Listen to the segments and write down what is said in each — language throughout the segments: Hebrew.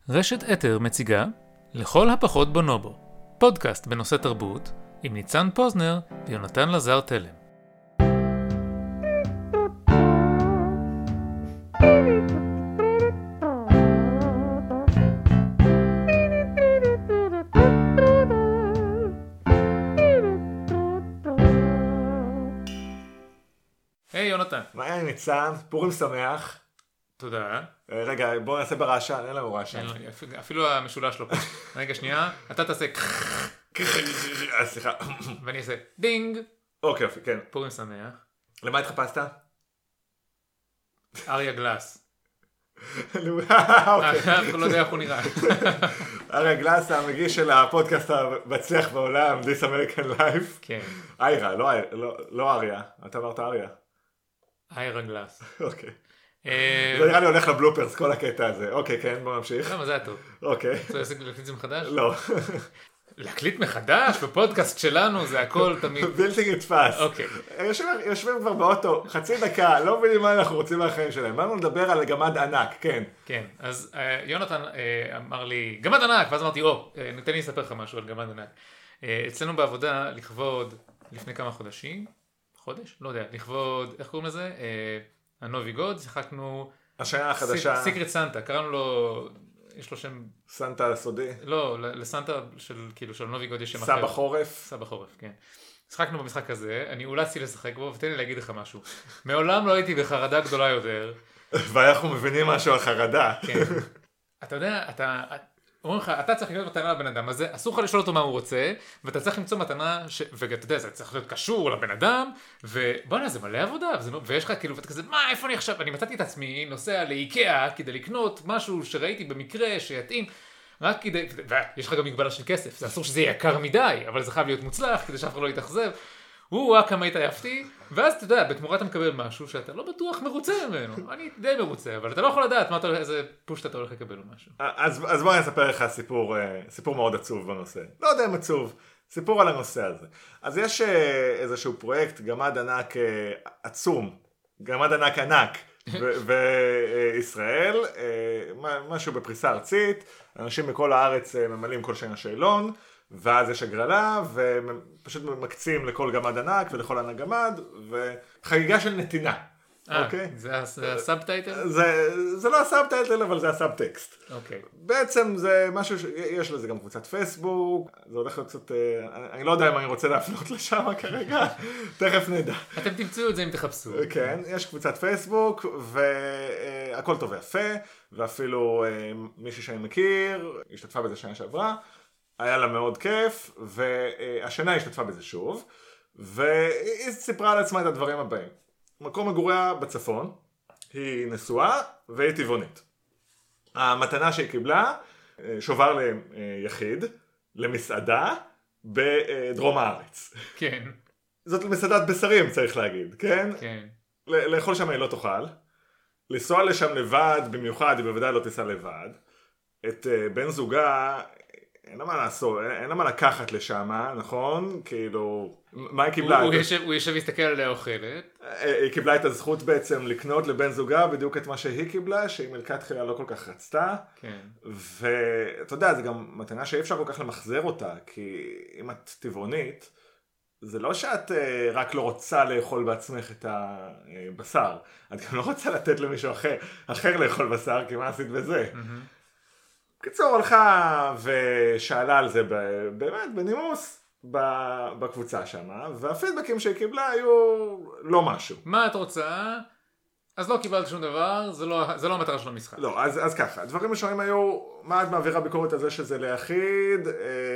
רשת אתר מציגה לכל הפחות בונובו, פודקאסט בנושא תרבות עם ניצן פוזנר ויונתן לזר תלם. היי יונתן. מה היה ניצן? פורים שמח. תודה. רגע, בואו נעשה ברעשן, אין לנו רעשן. אפילו המשולש לא פה. רגע, שנייה, אתה תעשה סליחה. ואני אעשה דינג. אוקיי, יופי, כן. פורים שמח. למה התחפשת? אריה גלאס. אוקיי. לא יודע איך הוא נראה. אריה גלאס, המגיש של הפודקאסט המצליח בעולם, This American Life. כן. איירה, לא אריה. אתה אמרת אריה. איירה גלאס. אוקיי. זה נראה לי הולך לבלופרס, כל הקטע הזה. אוקיי, כן, בוא נמשיך. למה, זה היה טוב. אוקיי. אתה רוצה להקליט את זה מחדש? לא. להקליט מחדש בפודקאסט שלנו, זה הכל תמיד... בלתי נתפס. אוקיי. יושבים כבר באוטו, חצי דקה, לא מבינים מה אנחנו רוצים מהחיים שלהם. באנו לדבר על גמד ענק, כן. כן, אז יונתן אמר לי, גמד ענק, ואז אמרתי, ניתן לי לספר לך משהו על גמד ענק. אצלנו בעבודה, לכבוד, לפני כמה חודשים, חודש? לא יודע, לכבוד, איך קוראים לזה? הנובי גוד, שיחקנו... השנה החדשה. סיקרט סנטה, קראנו לו... יש לו שם... סנטה סודי? לא, לסנטה של, כאילו, של נובי גוד יש שם אחר. סבא חורף? סבא חורף, כן. שחקנו במשחק הזה, אני אולצתי לשחק בו, ותן לי להגיד לך משהו. מעולם לא הייתי בחרדה גדולה יותר. ואנחנו מבינים משהו על חרדה. כן. אתה יודע, אומרים לך, אתה צריך לקנות מתנה לבן אדם, אז אסור לך לשאול אותו מה הוא רוצה, ואתה צריך למצוא מתנה, ואתה יודע, זה צריך להיות קשור לבן אדם, ובוא'נה, זה מלא עבודה, ויש לך כאילו, ואתה כזה, מה, איפה אני עכשיו? אני מצאתי את עצמי, נוסע לאיקאה, כדי לקנות משהו שראיתי במקרה, שיתאים, רק כדי, ויש לך גם מגבלה של כסף, זה אסור שזה יהיה יקר מדי, אבל זה חייב להיות מוצלח, כדי שאף אחד לא יתאכזב. כמה התעייפתי, ואז אתה יודע, בתמורה אתה מקבל משהו שאתה לא בטוח מרוצה ממנו. אני די מרוצה, אבל אתה לא יכול לדעת איזה פושט אתה הולך לקבל או משהו. אז בוא אני אספר לך סיפור מאוד עצוב בנושא. לא יודע אם עצוב, סיפור על הנושא הזה. אז יש איזשהו פרויקט, גמד ענק עצום, גמד ענק ענק בישראל, משהו בפריסה ארצית, אנשים מכל הארץ ממלאים כל שנה שאלון, ואז יש הגרלה, ופשוט מקצים לכל גמד ענק ולכל ענק גמד, וחגיגה של נתינה. אוקיי? זה הסאבטייטל? זה לא הסאבטייטל, אבל זה הסאבטקסט. אוקיי. בעצם זה משהו, יש לזה גם קבוצת פייסבוק, זה הולך להיות קצת, אני לא יודע אם אני רוצה להפנות לשם כרגע, תכף נדע. אתם תמצאו את זה אם תחפשו. כן, יש קבוצת פייסבוק, והכל טוב ויפה, ואפילו מישהי שאני מכיר, השתתפה בזה שנה שעברה, היה לה מאוד כיף, והשנה השתתפה בזה שוב, והיא סיפרה על עצמה את הדברים הבאים. מקום מגוריה בצפון, היא נשואה והיא טבעונית. המתנה שהיא קיבלה, שובר ליחיד, למסעדה בדרום הארץ. כן. זאת מסעדת בשרים צריך להגיד, כן? כן. לאכול שם היא לא תאכל. לנסוע לשם לבד, במיוחד, היא בוודאי לא תיסע לבד. את בן זוגה... אין לה מה לעשות, אין לה מה לקחת לשם, נכון? כאילו, מה היא קיבלה? הוא יושב להסתכל עליה אוכלת. היא קיבלה את הזכות בעצם לקנות לבן זוגה בדיוק את מה שהיא קיבלה, שהיא מלכתחילה לא כל כך רצתה. כן. ואתה יודע, זה גם מתנה שאי אפשר כל כך למחזר אותה, כי אם את טבעונית, זה לא שאת רק לא רוצה לאכול בעצמך את הבשר, את גם לא רוצה לתת למישהו אחר לאכול בשר, כי מה עשית בזה? קיצור הלכה ושאלה על זה באמת בנימוס בקבוצה שמה, והפידבקים שהיא קיבלה היו לא משהו. מה את רוצה? אז לא קיבלת שום דבר, זה לא המטרה של המשחק. לא, אז ככה, הדברים ראשונים היו, מה את מעבירה ביקורת על זה שזה ליחיד,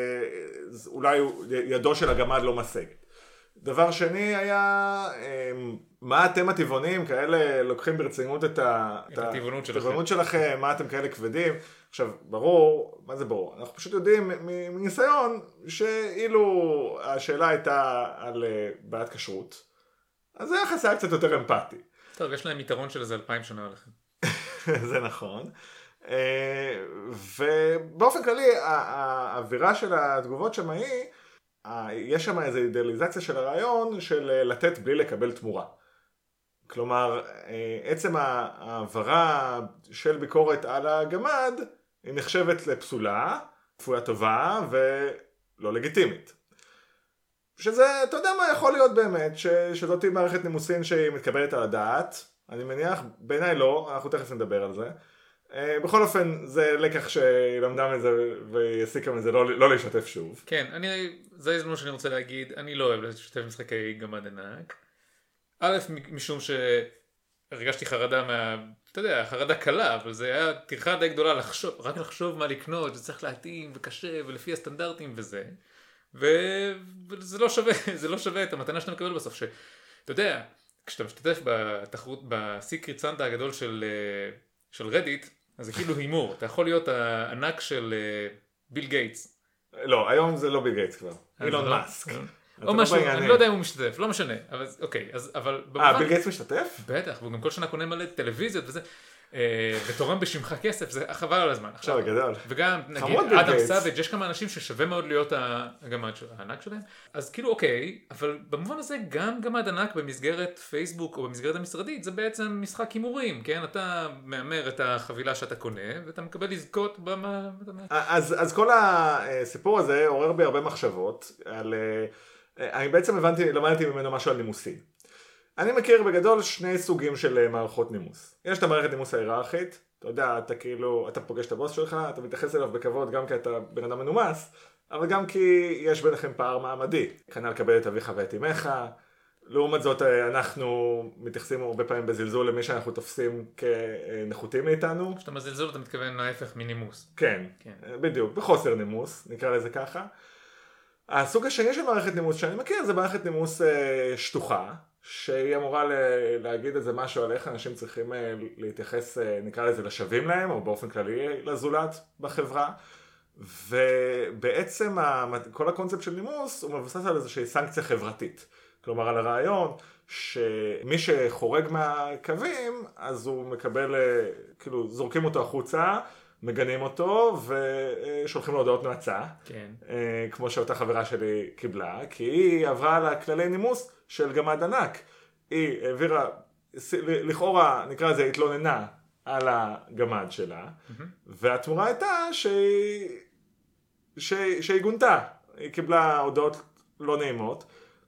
אולי ידו של הגמד לא משגת. דבר שני היה, מה אתם הטבעונים כאלה לוקחים ברצינות את הטבעונות שלכם, מה אתם כאלה כבדים. עכשיו, ברור, מה זה ברור? אנחנו פשוט יודעים מניסיון שאילו השאלה הייתה על בעיית כשרות, אז זה יחס היה קצת יותר אמפתי. טוב, יש להם יתרון של איזה 2000 שנה עליכם. זה נכון. ובאופן כללי, האווירה של התגובות שם היא, יש שם איזו אידאליזציה של הרעיון של לתת בלי לקבל תמורה. כלומר, עצם העברה של ביקורת על הגמד היא נחשבת לפסולה, כפויה טובה ולא לגיטימית. שזה, אתה יודע מה, יכול להיות באמת, שזאת היא מערכת נימוסין שהיא מתקבלת על הדעת, אני מניח, בעיניי לא, אנחנו תכף נדבר על זה. בכל אופן, זה לקח שהיא למדה מזה והסיקה מזה לא להשתתף שוב. כן, זה הזמן שאני רוצה להגיד, אני לא אוהב להשתתף משחקי גמד ענק. א', משום שהרגשתי חרדה אתה יודע, חרדה קלה, אבל זה היה טרחה די גדולה רק לחשוב מה לקנות, זה צריך להתאים וקשה ולפי הסטנדרטים וזה. וזה לא שווה את המתנה שאתה מקבל בסוף, שאתה יודע, כשאתה משתתף בתחרות, בסיקרט סנטה הגדול של רדיט, אז זה כאילו הימור, אתה יכול להיות הענק של ביל גייטס. לא, היום זה לא ביל גייטס כבר, אילון מאסק. או משהו, אני לא יודע אם הוא משתתף, לא משנה, אבל אוקיי, אבל... ביל גייטס משתתף? בטח, והוא גם כל שנה קונה מלא טלוויזיות וזה, ותורם בשמך כסף, זה חבל על הזמן. עכשיו, גדול. וגם, נגיד, אדם סאביג', יש כמה אנשים ששווה מאוד להיות הגמד הענק שלהם, אז כאילו אוקיי, אבל במובן הזה גם גמד ענק במסגרת פייסבוק או במסגרת המשרדית, זה בעצם משחק הימורים, כן? אתה מאמר את החבילה שאתה קונה, ואתה מקבל לזכות במה... אז כל הסיפור הזה עורר בי הרבה מחשבות על... אני בעצם למדתי ממנו משהו על נימוסים. אני מכיר בגדול שני סוגים של מערכות נימוס. יש את המערכת נימוס ההיררכית, אתה יודע, אתה פוגש את הבוס שלך, אתה מתייחס אליו בכבוד גם כי אתה בן אדם מנומס, אבל גם כי יש ביניכם פער מעמדי. כנ"ל לקבל את אביך ואת אמך. לעומת זאת, אנחנו מתייחסים הרבה פעמים בזלזול למי שאנחנו תופסים כנחותים מאיתנו. כשאתה מזלזול אתה מתכוון להפך מנימוס. כן, בדיוק, בחוסר נימוס, נקרא לזה ככה. הסוג השני של מערכת נימוס שאני מכיר זה מערכת נימוס שטוחה, שהיא אמורה להגיד איזה משהו על איך אנשים צריכים להתייחס, נקרא לזה, לשווים להם, או באופן כללי לזולת בחברה. ובעצם כל הקונספט של נימוס הוא מבוסס על איזושהי סנקציה חברתית. כלומר על הרעיון שמי שחורג מהקווים, אז הוא מקבל, כאילו זורקים אותו החוצה, מגנים אותו ושולחים לו הודעות נאצה, כן. כמו שאותה חברה שלי קיבלה, כי היא עברה על הכללי נימוס של גמד ענק. היא העבירה, לכאורה נקרא לזה התלוננה על הגמד שלה, והתמורה הייתה שהיא גונתה, היא קיבלה הודעות לא נעימות,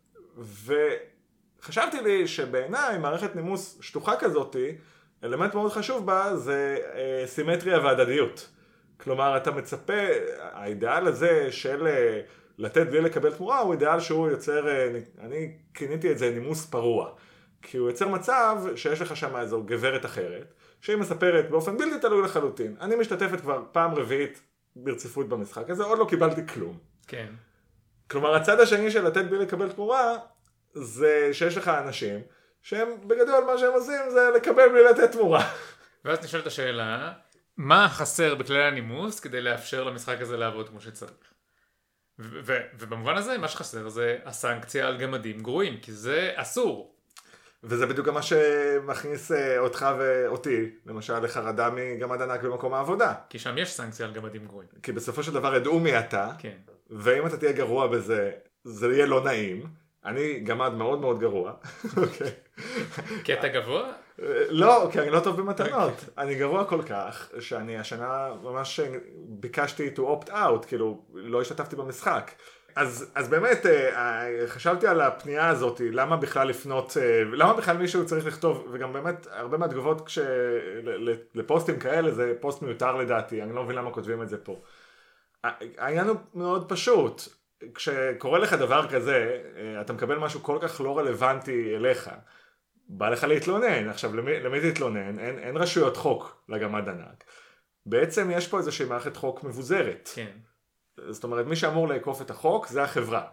וחשבתי לי שבעיניי מערכת נימוס שטוחה כזאתי, אלמנט מאוד חשוב בה זה סימטריה והדדיות. כלומר, אתה מצפה, האידאל הזה של לתת בלי לקבל תמורה, הוא אידאל שהוא יוצר, אני כיניתי את זה נימוס פרוע. כי הוא יוצר מצב שיש לך שם איזו גברת אחרת, שהיא מספרת באופן בלתי תלוי לחלוטין. אני משתתפת כבר פעם רביעית ברציפות במשחק הזה, עוד לא קיבלתי כלום. כן. כלומר, הצד השני של לתת בלי לקבל תמורה, זה שיש לך אנשים, שהם בגדול מה שהם עושים זה לקבל בלי לתת תמורה. ואז נשאלת השאלה, מה חסר בכללי הנימוס כדי לאפשר למשחק הזה לעבוד כמו שצריך? ובמובן הזה מה שחסר זה הסנקציה על גמדים גרועים, כי זה אסור. וזה בדיוק גם מה שמכניס אותך ואותי, למשל לחרדה מגמד ענק במקום העבודה. כי שם יש סנקציה על גמדים גרועים. כי בסופו של דבר ידעו מי אתה, כן. ואם אתה תהיה גרוע בזה, זה יהיה לא נעים. אני גמד מאוד מאוד גרוע. כי אתה גבוה? לא, כי אני לא טוב במתנות. אני גרוע כל כך, שאני השנה ממש ביקשתי to opt out, כאילו לא השתתפתי במשחק. אז באמת חשבתי על הפנייה הזאת, למה בכלל לפנות, למה בכלל מישהו צריך לכתוב, וגם באמת הרבה מהתגובות לפוסטים כאלה, זה פוסט מיותר לדעתי, אני לא מבין למה כותבים את זה פה. העניין הוא מאוד פשוט. כשקורה לך דבר כזה, אתה מקבל משהו כל כך לא רלוונטי אליך, בא לך להתלונן. עכשיו, למי תתלונן? אין רשויות חוק לגמד ענק. בעצם יש פה איזושהי מערכת חוק מבוזרת. כן. זאת אומרת, מי שאמור לעקוף את החוק זה החברה.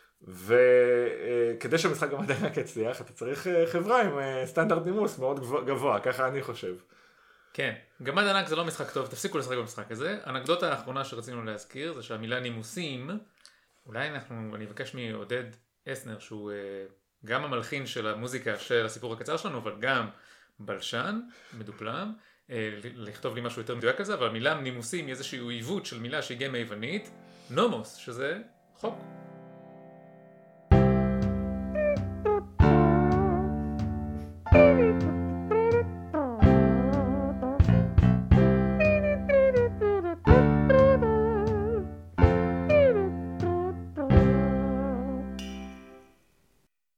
וכדי שהמשחק גמד ענק יצליח, אתה צריך חברה עם סטנדרט נימוס מאוד גבוה, ככה אני חושב. כן, גמד ענק זה לא משחק טוב, תפסיקו לשחק במשחק הזה. האנקדוטה האחרונה שרצינו להזכיר זה שהמילה נימוסים, אולי אני אבקש מעודד אסנר, שהוא גם המלחין של המוזיקה של הסיפור הקצר שלנו, אבל גם בלשן, מדופלם, לכתוב לי משהו יותר מדויק על זה, אבל המילה נימוסים היא איזשהו עיוות של מילה שהגיעה מיוונית, נומוס, שזה חוק.